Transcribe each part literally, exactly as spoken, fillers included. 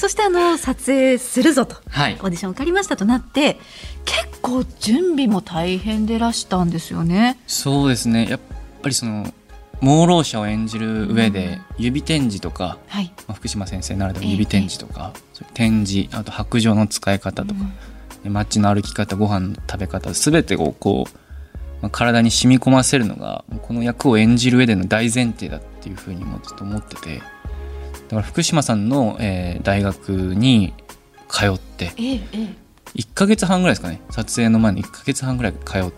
そしてあの撮影するぞと、 はい、 オーディション受かりましたとなって結構準備も大変でらしたんですよね。 そうですね、やっぱりその盲ろう者を演じる上で指展示とか、うん、はい、まあ、福島先生ならでは指展示とか、えー、展示、あと白杖の使い方とか、うん、街の歩き方、ご飯の食べ方、全てをこう、まあ、体に染み込ませるのがこの役を演じる上での大前提だっていうふうにもちょっと思ってて、だから福島さんの、えー、大学に通って、えーえー、いっかげつはんぐらいですかね、撮影の前にいっかげつはんぐらい通って、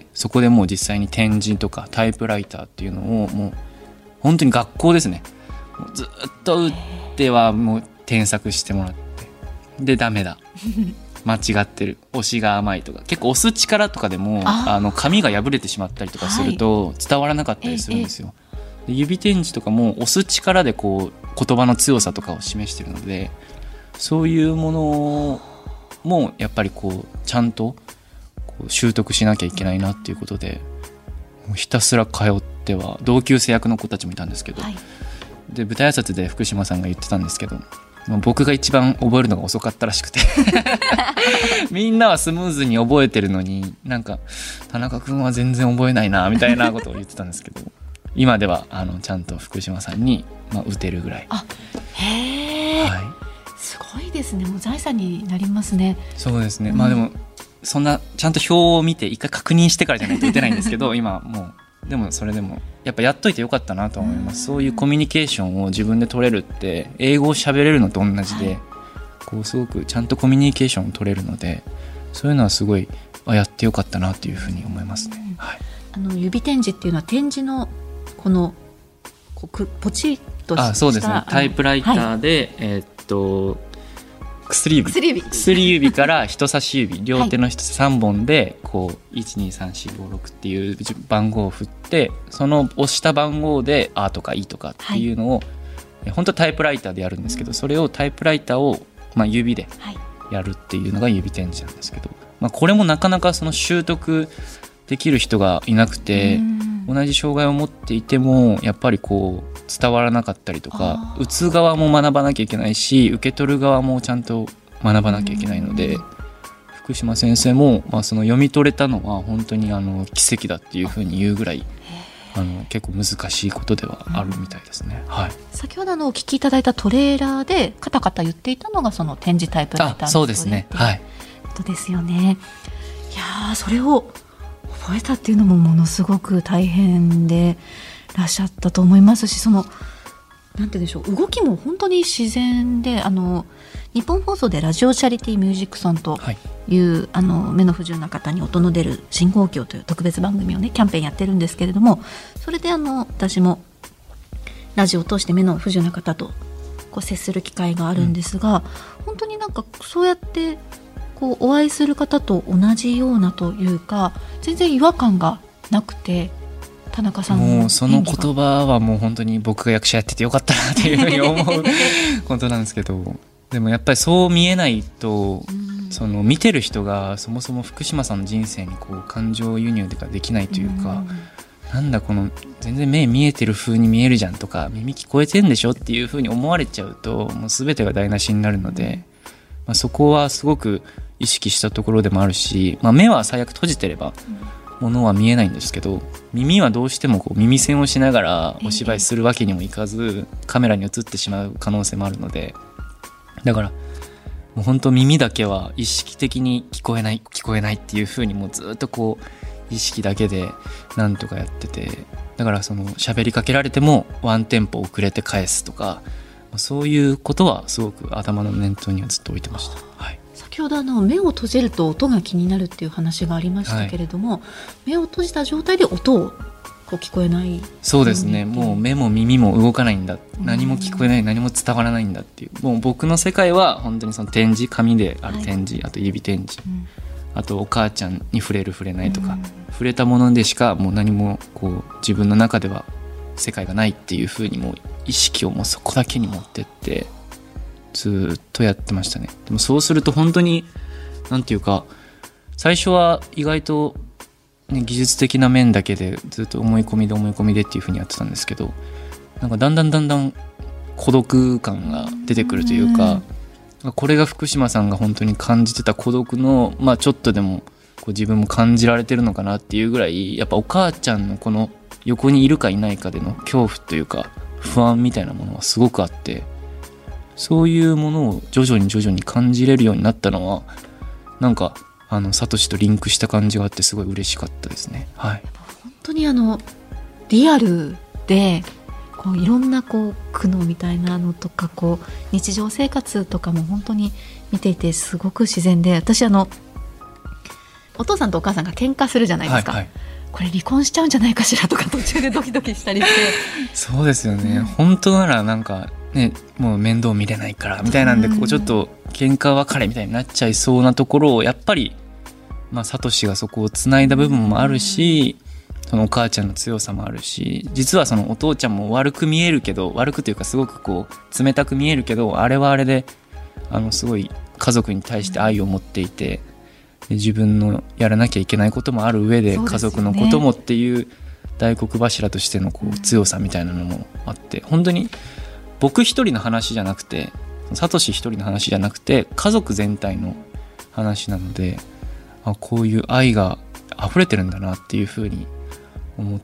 そこでもう実際に展示とかタイプライターっていうのをもう本当に学校ですね、もうずっと打ってはもう添削してもらって、でダメだ間違ってる、押しが甘いとか、結構押す力とかでもあの紙が破れてしまったりとかすると伝わらなかったりするんですよ、はい、で指展示とかも押す力でこう言葉の強さとかを示しているので、そういうものもやっぱりこうちゃんとこう習得しなきゃいけないなっていうことで、もうひたすら通っては、同級生役の子たちもいたんですけど、はい、で舞台挨拶で福島さんが言ってたんですけど、僕が一番覚えるのが遅かったらしくてみんなはスムーズに覚えてるのに、なんか田中君は全然覚えないなみたいなことを言ってたんですけど今ではあのちゃんと福島さんに、まあ、打てるぐらい。 あ、へー、はい、すごいですね。もう財産になりますね。 そうですね、うん、まあでもそんなちゃんと表を見て一回確認してからじゃないと打てないんですけど今もうでもそれでもやっぱやっといてよかったなと思います。そういうコミュニケーションを自分で取れるって英語を喋れるのと同じで、はい、こうすごくちゃんとコミュニケーションを取れるので、そういうのはすごいやってよかったなというふうに思いますね、はい、 あの指展示っていうのは展示のこのこうポチッとした、 あ、そうですね、タイプライターで、はい、えー、っと薬指, 薬指薬指から人差し指両手の人さんぼんでこう いちにさんしごろく っていう番号を振って、その押した番号であとかいとかっていうのを、はい、本当はタイプライターでやるんですけど、それをタイプライターを、まあ、指でやるっていうのが指展示なんですけど、まあ、これもなかなかその習得できる人がいなくて、同じ障害を持っていてもやっぱりこう伝わらなかったりとか、打つ側も学ばなきゃいけないし受け取る側もちゃんと学ばなきゃいけないので、福島先生も、まあ、その読み取れたのは本当にあの奇跡だっていうふうに言うぐらい、あの結構難しいことではあるみたいですね、はい、 先ほどのお聞きいただいたトレーラーでカタカタ言っていたのがその展示タイプライターの、 あ、そうですね、はい、 ことですよね。いや、それを覚えたっていうのもものすごく大変でらっしゃったと思いますし、そのなんて言うんでしょう、動きも本当に自然で、あの日本放送でラジオチャリティーミュージックソンという、はい、あの目の不自由な方に音の出る信号機をという特別番組をねキャンペーンやってるんですけれども、それであの私もラジオを通して目の不自由な方とこう接する機会があるんですが、うん、本当になんかそうやってこうお会いする方と同じようなというか、全然違和感がなくて、田中さんのもうその言葉はもう本当に僕が役者やっててよかったなっていうふうに思うことなんですけど、でもやっぱりそう見えないと、うん、その見てる人がそもそも福島さんの人生にこう感情輸入ができないというか、うん、なんだこの全然目見えてる風に見えるじゃんとか耳聞こえてんでしょっていう風に思われちゃうと、もう全てが台無しになるので、まあ、そこはすごく意識したところでもあるし、まあ、目は最悪閉じてればものは見えないんですけど、耳はどうしてもこう耳栓をしながらお芝居するわけにもいかず、カメラに映ってしまう可能性もあるので、だからもう本当耳だけは意識的に聞こえない聞こえないっていう風にもうずっとこう意識だけでなんとかやってて、だからその喋りかけられてもワンテンポ遅れて返すとか、そういうことはすごく頭の念頭にはずっと置いてました、はい、 先ほどあの目を閉じると音が気になるっていう話がありましたけれども、はい、目を閉じた状態で音をこう聞こえない。 そうですね、もう目も耳も動かないんだ、何も聞こえない、何も伝わらないんだっていう、もう僕の世界は本当にその展示、紙である展示、はい、あと指展示、うん、あとお母ちゃんに触れる触れないとか、うん、触れたものでしかもう何もこう自分の中では世界がないっていう風にもう意識をもうそこだけに持ってってずっとやってましたね。でもそうすると本当になんていうか、最初は意外と、ね、技術的な面だけでずっと思い込みで思い込みでっていう風にやってたんですけど、なんかだんだんだんだん孤独感が出てくるというか、 これが福島さんが本当に感じてた孤独の、まあ、ちょっとでもこう自分も感じられてるのかなっていうぐらい、やっぱお母ちゃんのこの横にいるかいないかでの恐怖というか不安みたいなものはすごくあって、そういうものを徐々に徐々に感じれるようになったのは、なんかあのサトシとリンクした感じがあってすごい嬉しかったですね。はい、 本当にあのリアルでこういろんなこう苦悩みたいなのとか、こう日常生活とかも本当に見ていてすごく自然で、私あのお父さんとお母さんが喧嘩するじゃないですか、はいはい、これ離婚しちゃうんじゃないかしらとか途中でドキドキしたりしてそうですよね、うん、本当ならなんかね、もう面倒見れないからみたいなんで、こうちょっと喧嘩別れみたいになっちゃいそうなところを、やっぱりまあサトシがそこをつないだ部分もあるし、そのお母ちゃんの強さもあるし、実はそのお父ちゃんも悪く見えるけど、悪くというかすごくこう冷たく見えるけど、あれはあれであのすごい家族に対して愛を持っていて、で自分のやらなきゃいけないこともある上で家族のこともっていう大黒柱としてのこう強さみたいなのもあって、本当に僕一人の話じゃなくて、サトシ一人の話じゃなくて家族全体の話なので、あ、こういう愛が溢れてるんだなっていうふうに思って、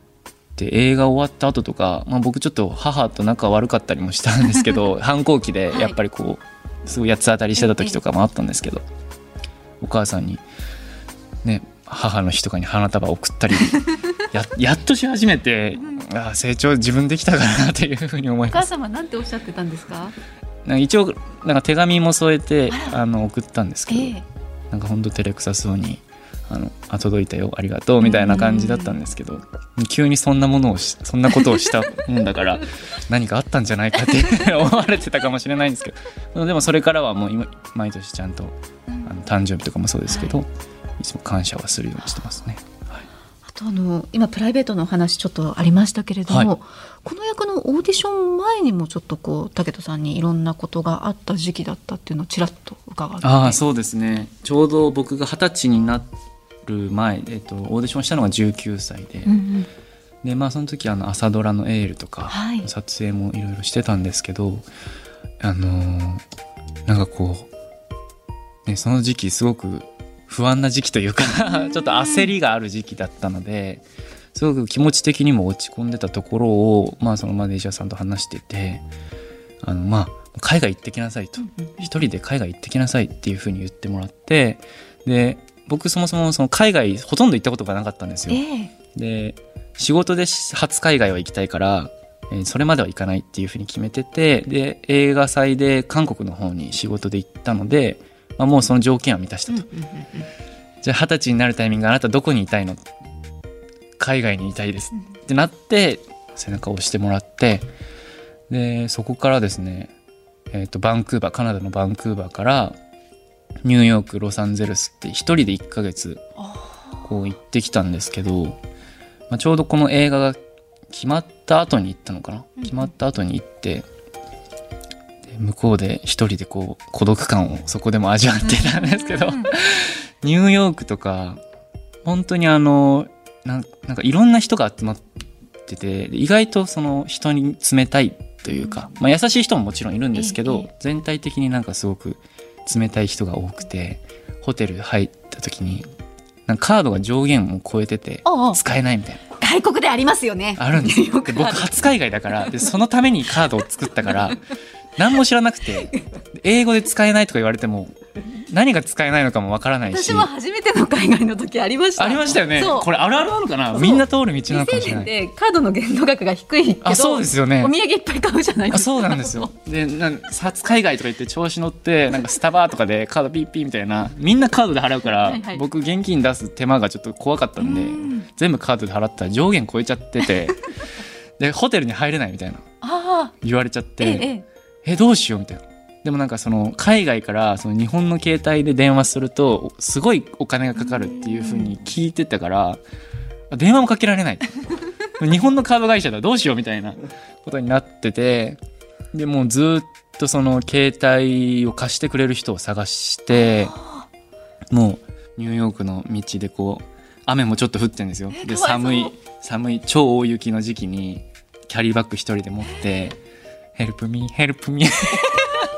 映画終わった後とか、まあ、僕ちょっと母と仲悪かったりもしたんですけど反抗期でやっぱりこうすごい八つ当たりしてた時とかもあったんですけど、お母さんにね、母の日とかに花束を送ったりや, やっとし始めて、うん、あ、成長自分できたかなというふうに思います。 お母様なんておっしゃってたんですか？ なんか一応なんか手紙も添えてあの送ったんですけど、えー、なんか本当照れくさそうにあのあ届いたよありがとうみたいな感じだったんですけど、急にそんなものをしそんなことをしたもんだから何かあったんじゃないかって思われてたかもしれないんですけど、でもそれからはもう今毎年ちゃんとあの誕生日とかもそうですけど、はい、いつも感謝はするようにしてますね。はい、 あとあの今プライベートのお話ちょっとありましたけれども、はい、この役のオーディション前にもちょっとこう武人さんにいろんなことがあった時期だったっていうのをちらっと伺って。 ああ、そうですね。ちょうど僕が二十歳になる前、えっと、オーディションしたのがじゅうきゅうさいで、うんうん、でまあ、その時あの朝ドラのエールとか、はい、撮影もいろいろしてたんですけど、あのー、なんかこう、ね、その時期すごく不安な時期というかちょっと焦りがある時期だったので、すごく気持ち的にも落ち込んでたところを、まあ、そのマネージャーさんと話してて、あの、まあ、海外行ってきなさいと、一人で海外行ってきなさいっていうふうに言ってもらって、で僕そもそもその海外ほとんど行ったことがなかったんですよ、えー、で仕事で初海外は行きたいから、えー、それまでは行かないっていうふうに決めてて、で映画祭で韓国の方に仕事で行ったので、まあ、もうその条件は満たしたと、うんうんうんうん、じゃあ二十歳になるタイミング、あなたどこにいたいの？海外にいたいです、うん、ってなって背中を押してもらって、でそこからですね、えーと、バンクーバー、カナダのバンクーバーからニューヨーク、ロサンゼルスって一人でいっかげつこう行ってきたんですけど、まあ、ちょうどこの映画が決まった後に行ったのかな、うん、決まった後に行って、で向こうで一人でこう孤独感をそこでも味わってたんですけどニューヨークとか本当にあの な, なんかいろんな人が集まってて、意外とその人に冷たいというか、まあ、優しい人ももちろんいるんですけど、全体的になんかすごく冷たい人が多くて、ホテル入った時になんかカードが上限を超えてて使えないみたいな。 外国でありますよね。 あるんですよ。で僕初海外だから、でそのためにカードを作ったから何も知らなくて、英語で使えないとか言われても何が使えないのかもわからないし。 私も初めての海外の時ありました。 ありましたよね。これあるあるなのかな、みんな通る道なのかもしれない。 未成年でカードの限度額が低いけど、 あ、そうですよね、 お土産いっぱい買うじゃないですか。 あ、そうなんですよ。でなん初海外とか言って調子乗ってなんかスタバとかでカードピッピーみたいな、みんなカードで払うから、はいはい、僕現金出す手間がちょっと怖かったんで、ん全部カードで払ったら上限超えちゃっててでホテルに入れないみたいな言われちゃって、えええどうしようみたいな。でもなんかその海外からその日本の携帯で電話するとすごいお金がかかるっていう風に聞いてたから、電話もかけられない日本のカード会社だ、どうしようみたいなことになってて、でもうずっとその携帯を貸してくれる人を探して、もうニューヨークの道でこう雨もちょっと降ってるんですよ。で寒い寒い超大雪の時期にキャリーバッグ一人で持ってヘルプミーヘルプミー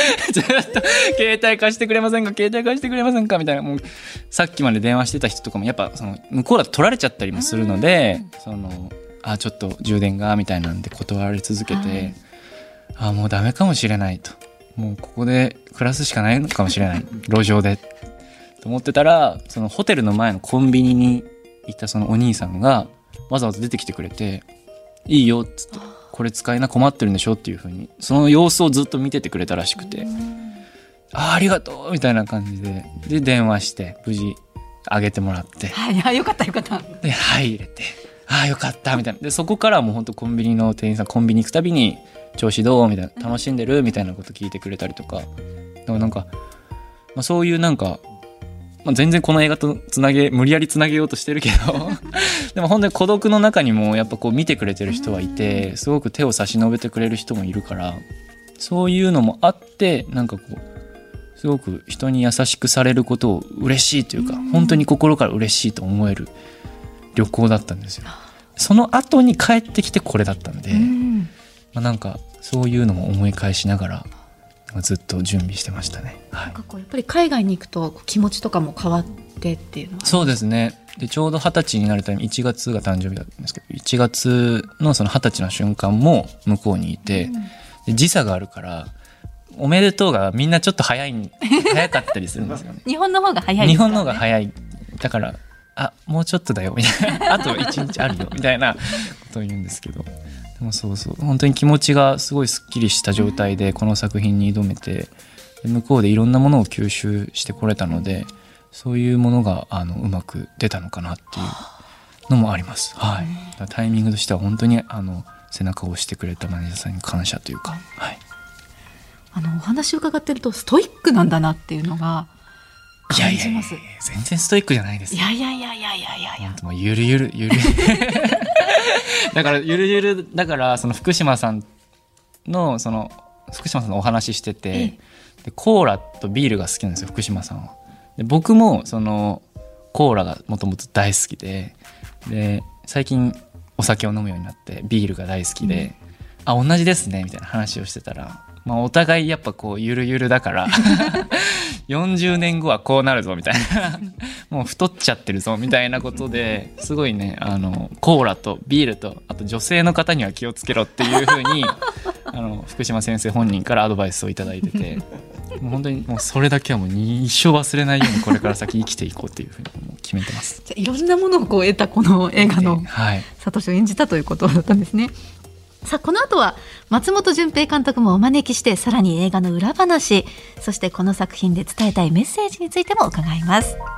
ずっと携帯貸してくれませんか携帯貸してくれませんかみたいな、もうさっきまで電話してた人とかもやっぱその向こうだと取られちゃったりもするので、そのあちょっと充電がみたいなんで断られ続けて、はい、あもうダメかもしれないと、もうここで暮らすしかないのかもしれない路上でと思ってたら、そのホテルの前のコンビニにいたそのお兄さんがわざわざ出てきてくれて、いいよっつって、これ使いな困ってるんでしょっていう風にその様子をずっと見ててくれたらしくて、あ, ありがとうみたいな感じで、で電話して無事あげてもらって、 はい、よかったよかった。 で入れて、ああよかったみたいな。でそこからはもう本当コンビニの店員さん、コンビニ行くたびに調子どうみたいな、楽しんでるみたいなこと聞いてくれたりとか、だからなんか、まあ、そういうなんか、まあ、全然この映画とつなげ無理やりつなげようとしてるけどでも本当に孤独の中にもやっぱこう見てくれてる人はいて、すごく手を差し伸べてくれる人もいるから、そういうのもあってなんかこうすごく人に優しくされることを嬉しいというか、本当に心から嬉しいと思える旅行だったんですよ。その後に帰ってきてこれだったんで、まあ、なんかそういうのも思い返しながらずっと準備してましたね。はい、 なんかこうやっぱり海外に行くと気持ちとかも変わってっていうのは。 そうですね。でちょうど二十歳になるタイミング、いちがつが誕生日だったんですけど、いちがつのその二十歳の瞬間も向こうにいて、うん、で時差があるからおめでとうがみんなちょっと早い早かったりするんですよね。 日本の方が早いですからね。 日本の方が早い。だからあもうちょっとだよみたいなあといちにちあるよみたいなことを言うんですけど、でもそうそう本当に気持ちがすごいすっきりした状態でこの作品に挑めて、で向こうでいろんなものを吸収してこれたので、そういうものがあのうまく出たのかなっていうのもあります。はい、だからタイミングとしては本当にあの背中を押してくれたマネージャーさんに感謝というか、はい、 あのお話を伺ってるとストイックなんだなっていうのが感じます。 いやいやいや全然ストイックじゃないです。 いやいやいやいやいやいやいや、 もうゆるゆるゆるだからゆるゆるだからその福島さんのその福島さんのお話してて、ええ、でコーラとビールが好きなんですよ福島さんは。で僕もそのコーラがもともと大好きで、で最近お酒を飲むようになってビールが大好きで、うん、あ同じですねみたいな話をしてたら、まあ、お互いやっぱこうゆるゆるだからよんじゅうねんごはこうなるぞみたいなもう太っちゃってるぞみたいなことですごいね、あのコーラとビールとあと女性の方には気をつけろっていう風にあの福島先生本人からアドバイスをいただいてて、もう本当にもうそれだけはもう一生忘れないようにこれから先生きていこうっていう風にもう決めてます。 じゃいろんなものをこう得たこの映画のサトシを演じたということだったんですね。さあこの後は松本潤平監督もお招きして、さらに映画の裏話、そしてこの作品で伝えたいメッセージについても伺います。